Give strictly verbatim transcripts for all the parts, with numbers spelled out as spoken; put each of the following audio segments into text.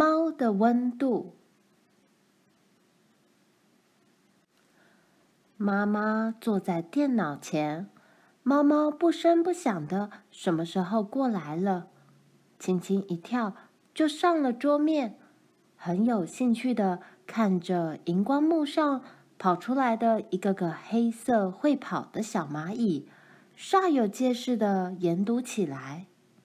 猫的温度。妈妈坐在电脑前，猫猫不声不响的什么时候过来了，轻轻一跳就上了桌面，很有兴趣的看着荧光幕上跑出来的一个个黑色会跑的小蚂蚁，煞有介事的研读起来。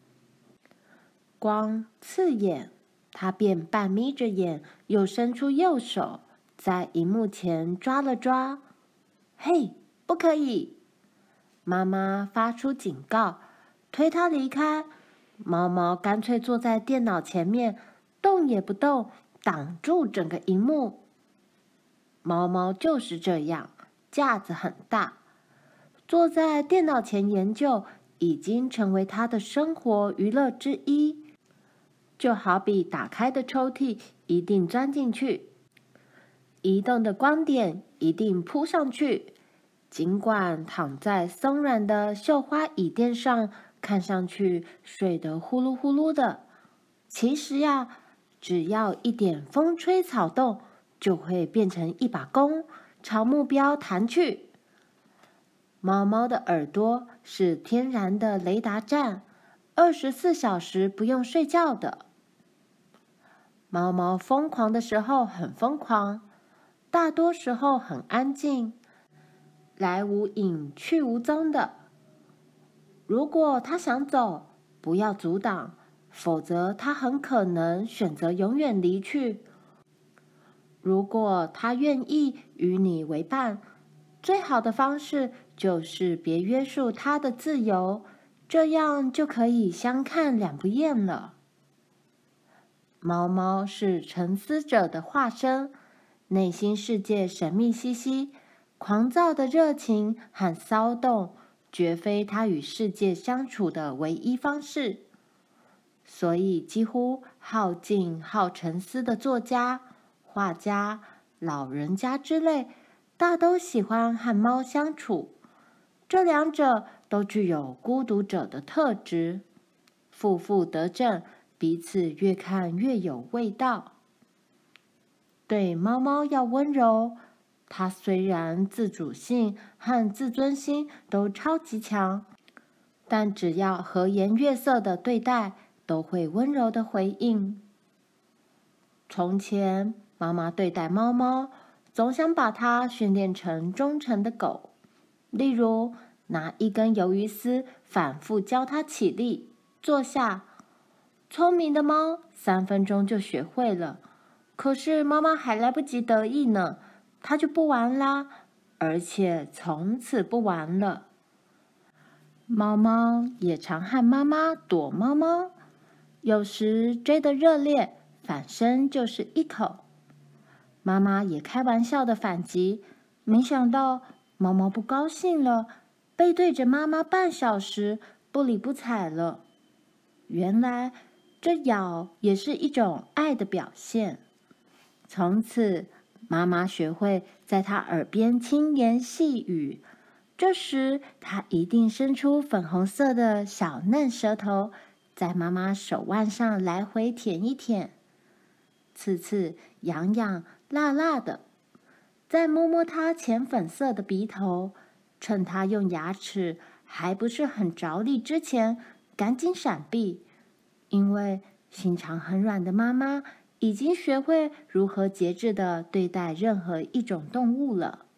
光刺眼，他便半眯着眼，又伸出右手，在荧幕前抓了抓。嘿，不可以！妈妈发出警告，推他离开。猫猫干脆坐在电脑前面，动也不动，挡住整个荧幕。猫猫就是这样，架子很大，坐在电脑前研究，已经成为它的生活娱乐之一。就好比打开的抽屉一定钻进去，移动的光点一定扑上去。尽管躺在松软的绣花椅垫上，看上去睡得呼噜呼噜的，其实呀，只要一点风吹草动，就会变成一把弓，朝目标弹去。猫猫的耳朵是天然的雷达站，二十四小时不用睡觉的。猫猫疯狂的时候很疯狂，大多时候很安静，来无影去无踪的。如果它想走，不要阻挡，否则它很可能选择永远离去。如果它愿意与你为伴，最好的方式就是别约束它的自由，这样就可以相看两不厌了。猫猫是沉思者的化身，内心世界神秘兮兮，狂躁的热情和骚动绝非它与世界相处的唯一方式。所以几乎好静好沉思的作家、画家、老人家之类，大都喜欢和猫相处。这两者都具有孤独者的特质，负负得正，彼此越看越有味道。对猫猫要温柔，它虽然自主性和自尊心都超级强，但只要和颜悦色的对待，都会温柔的回应。从前，妈妈对待猫猫，总想把它训练成忠诚的狗，例如拿一根鱿鱼丝反复教它起立、坐下。聪明的猫三分钟就学会了，可是妈妈还来不及得意呢，它就不玩啦，而且从此不玩了。猫猫也常和妈妈躲猫猫，有时追得热烈，反身就是一口。妈妈也开玩笑的反击，没想到猫猫不高兴了，背对着妈妈半小时，不理不睬了。原来这咬也是一种爱的表现。从此，妈妈学会在她耳边轻言细语，这时她一定伸出粉红色的小嫩舌头，在妈妈手腕上来回舔一舔，刺刺痒痒辣辣的，再摸摸她浅粉色的鼻头，趁她用牙齿还不是很着力之前，赶紧闪避。因为心肠很软的妈妈已经学会如何节制地对待任何一种动物了。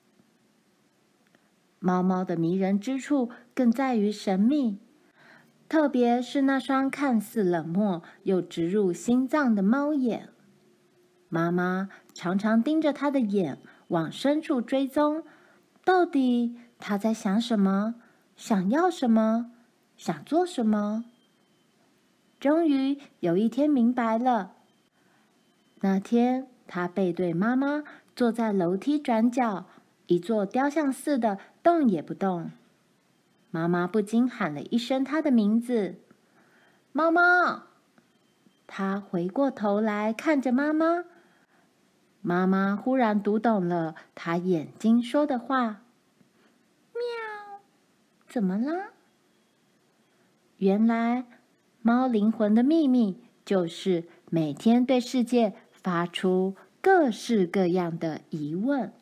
猫猫的迷人之处更在于神秘，特别是那双看似冷漠又直入心脏的猫眼。妈妈常常盯着它的眼往深处追踪，到底它在想什么，想要什么，想做什么。终于有一天明白了。那天，他背对妈妈，坐在楼梯转角，一座雕像似的动也不动。妈妈不禁喊了一声他的名字：“猫猫！”他回过头来看着妈妈。妈妈忽然读懂了他眼睛说的话：“喵，怎么啦？”原来猫灵魂的秘密就是每天对世界发出各式各样的疑问。